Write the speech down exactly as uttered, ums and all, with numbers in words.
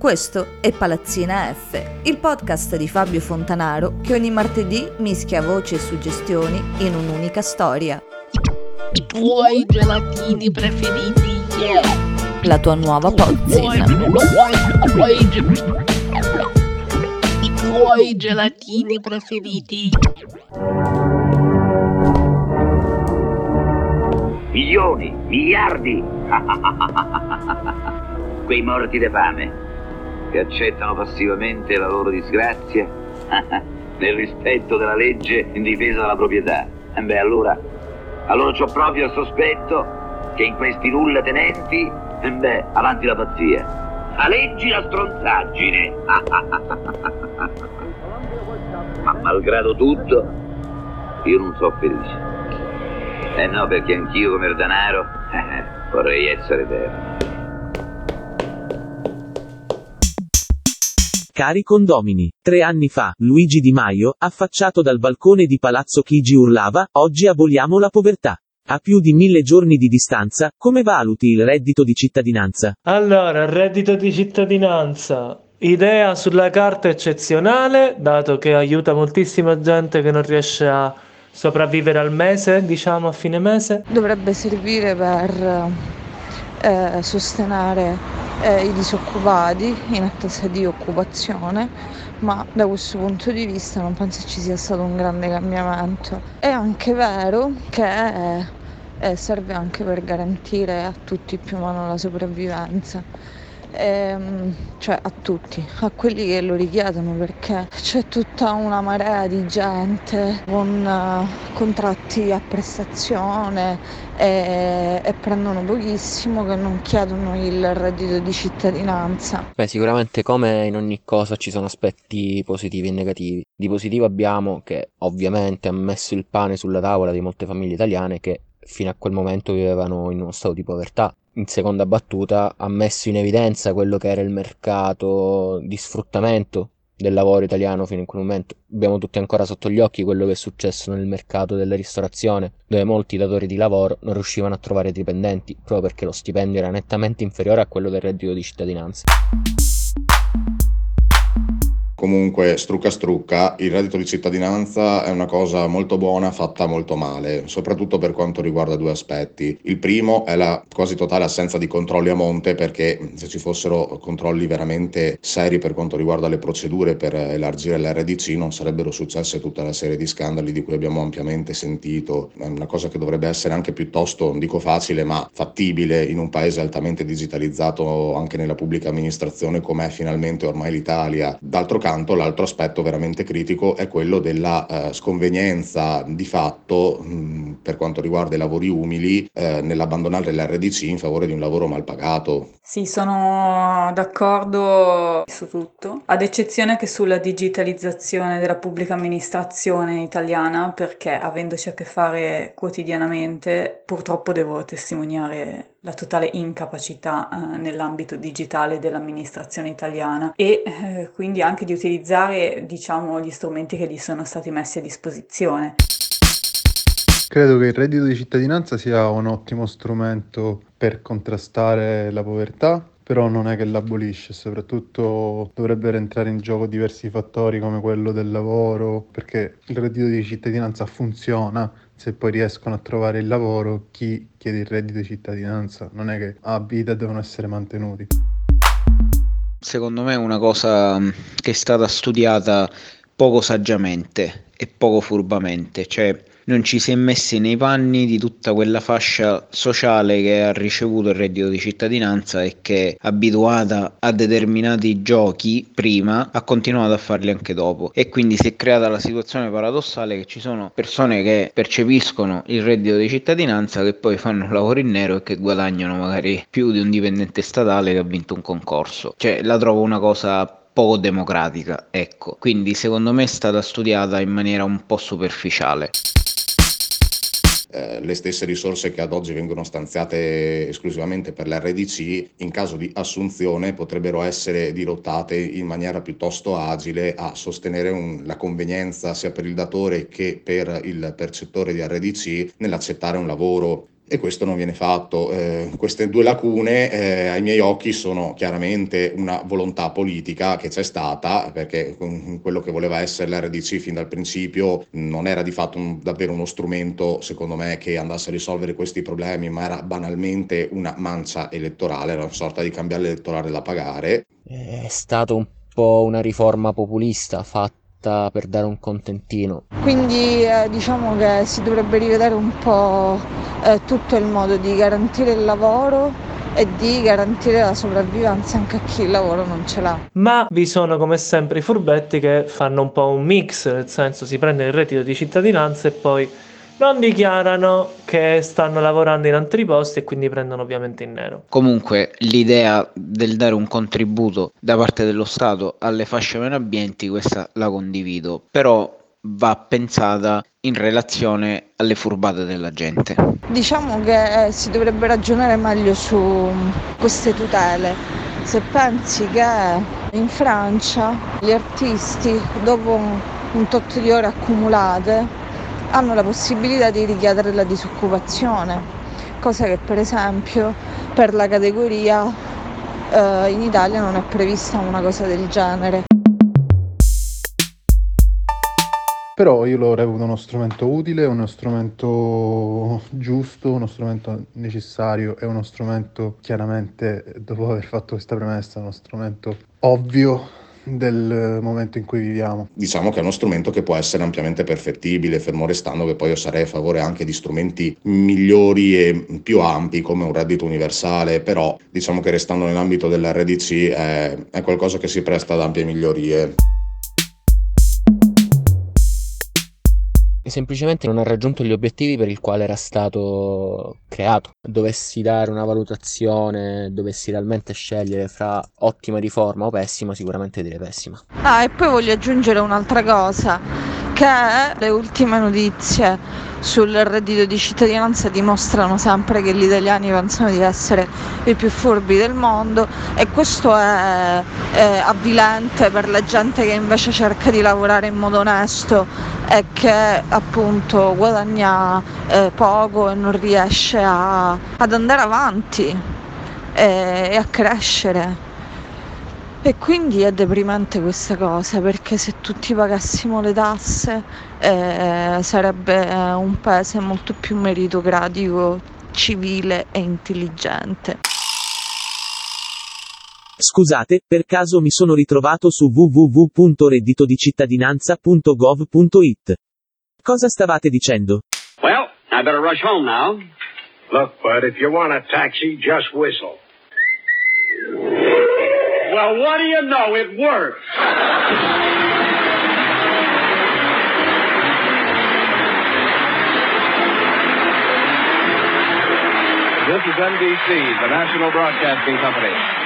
Questo è Palazzina F, il podcast di Fabio Fontanaro che ogni martedì mischia voci e suggestioni in un'unica storia. I tuoi gelatini preferiti, yeah. La tua nuova pozzina. I tuoi gelatini preferiti. Milioni, miliardi, quei morti da fame che accettano passivamente la loro disgrazia nel rispetto della legge in difesa della proprietà. E beh, allora, allora c'ho proprio il sospetto che in questi nulla tenenti, e beh, avanti la pazzia. La legge la stronzaggine. Ma malgrado tutto, io non so felice. Eh no, perché anch'io come il denaro eh, vorrei essere eterno. Cari condomini, tre anni fa, Luigi Di Maio, affacciato dal balcone di Palazzo Chigi urlava, oggi aboliamo la povertà. A più di mille giorni di distanza, come valuti il reddito di cittadinanza? Allora, il reddito di cittadinanza, idea sulla carta eccezionale, dato che aiuta moltissima gente che non riesce a sopravvivere al mese, diciamo a fine mese. Dovrebbe servire per eh, sostenere eh, i disoccupati in attesa di occupazione, ma da questo punto di vista non penso ci sia stato un grande cambiamento. È anche vero che eh, serve anche per garantire a tutti più o meno la sopravvivenza. Ehm, cioè a tutti, a quelli che lo richiedono, perché c'è tutta una marea di gente con uh, contratti a prestazione e, e prendono pochissimo, che non chiedono il reddito di cittadinanza. Beh, sicuramente come in ogni cosa ci sono aspetti positivi e negativi. Di positivo abbiamo che ovviamente ha messo il pane sulla tavola di molte famiglie italiane che fino a quel momento vivevano in uno stato di povertà. In seconda battuta ha messo in evidenza quello che era il mercato di sfruttamento del lavoro italiano fino in quel momento. Abbiamo tutti ancora sotto gli occhi quello che è successo nel mercato della ristorazione, dove molti datori di lavoro non riuscivano a trovare dipendenti proprio perché lo stipendio era nettamente inferiore a quello del reddito di cittadinanza. Comunque, strucca strucca, il reddito di cittadinanza è una cosa molto buona fatta molto male, soprattutto per quanto riguarda due aspetti. Il primo è la quasi totale assenza di controlli a monte, perché se ci fossero controlli veramente seri per quanto riguarda le procedure per elargire l'R D C non sarebbero successe tutta la serie di scandali di cui abbiamo ampiamente sentito. È una cosa che dovrebbe essere anche piuttosto, non dico facile, ma fattibile in un paese altamente digitalizzato anche nella pubblica amministrazione come è finalmente ormai l'Italia. D'altro canto, l'altro aspetto veramente critico è quello della eh, sconvenienza di fatto mh, per quanto riguarda i lavori umili eh, nell'abbandonare l'R D C in favore di un lavoro mal pagato. Sì, sono d'accordo su tutto, ad eccezione che sulla digitalizzazione della pubblica amministrazione italiana, perché avendoci a che fare quotidianamente, purtroppo devo testimoniare la totale incapacità eh, nell'ambito digitale dell'amministrazione italiana e eh, quindi anche di utilizzare, diciamo, gli strumenti che gli sono stati messi a disposizione. Credo che il reddito di cittadinanza sia un ottimo strumento per contrastare la povertà, però non è che l'abolisce, soprattutto dovrebbero entrare in gioco diversi fattori come quello del lavoro, perché il reddito di cittadinanza funziona se poi riescono a trovare il lavoro chi chiede il reddito di cittadinanza, non è che a vita devono essere mantenuti. Secondo me è una cosa che è stata studiata poco saggiamente e poco furbamente, cioè non ci si è messi nei panni di tutta quella fascia sociale che ha ricevuto il reddito di cittadinanza e che, abituata a determinati giochi prima, ha continuato a farli anche dopo, e quindi si è creata la situazione paradossale che ci sono persone che percepiscono il reddito di cittadinanza che poi fanno lavoro in nero e che guadagnano magari più di un dipendente statale che ha vinto un concorso. Cioè la trovo una cosa poco democratica, ecco. Quindi secondo me è stata studiata in maniera un po' superficiale. Eh, le stesse risorse che ad oggi vengono stanziate esclusivamente per l'R D C, in caso di assunzione potrebbero essere dirottate in maniera piuttosto agile a sostenere un, la convenienza sia per il datore che per il percettore di R D C nell'accettare un lavoro e questo non viene fatto. Eh, queste due lacune eh, ai miei occhi sono chiaramente una volontà politica che c'è stata, perché con quello che voleva essere l'R D C fin dal principio non era di fatto un, davvero uno strumento, secondo me, che andasse a risolvere questi problemi, ma era banalmente una mancia elettorale, era una sorta di cambiale elettorale da pagare. È stato un po' una riforma populista fatta per dare un contentino. Quindi eh, diciamo che si dovrebbe rivedere un po' eh, tutto il modo di garantire il lavoro e di garantire la sopravvivenza anche a chi il lavoro non ce l'ha. Ma vi sono come sempre i furbetti che fanno un po' un mix, nel senso si prendono il reddito di cittadinanza e poi non dichiarano che stanno lavorando in altri posti e quindi prendono ovviamente in nero. Comunque l'idea del dare un contributo da parte dello Stato alle fasce meno abbienti, questa la condivido, però va pensata in relazione alle furbate della gente. Diciamo che si dovrebbe ragionare meglio su queste tutele. Se pensi che in Francia gli artisti dopo un tot di ore accumulate hanno la possibilità di richiedere la disoccupazione, cosa che per esempio per la categoria eh, in Italia non è prevista una cosa del genere. Però io lo reputo uno strumento utile, uno strumento giusto, uno strumento necessario e uno strumento, chiaramente, dopo aver fatto questa premessa, uno strumento ovvio del momento in cui viviamo. Diciamo che è uno strumento che può essere ampiamente perfettibile, fermo restando che poi io sarei a favore anche di strumenti migliori e più ampi come un reddito universale, però diciamo che restando nell'ambito dell'R D C è, è qualcosa che si presta ad ampie migliorie. Semplicemente non ha raggiunto gli obiettivi per il quale era stato creato. Dovessi dare una valutazione, dovessi realmente scegliere fra ottima riforma o pessima, sicuramente direi pessima. Ah, e poi voglio aggiungere un'altra cosa, che le ultime notizie sul reddito di cittadinanza dimostrano sempre che gli italiani pensano di essere i più furbi del mondo, e questo è, è avvilente per la gente che invece cerca di lavorare in modo onesto e che appunto guadagna eh, poco e non riesce a, ad andare avanti e, e a crescere. E quindi è deprimente questa cosa, perché se tutti pagassimo le tasse eh, sarebbe eh, un paese molto più meritocratico, civile e intelligente. Scusate, per caso mi sono ritrovato su w w w punto redditodicittadinanza punto gov punto i t. Cosa stavate dicendo? Well, I better rush home now. Look, bud, if you want a taxi, just whistle. Well, what do you know? It works. This is N B C, the National Broadcasting Company.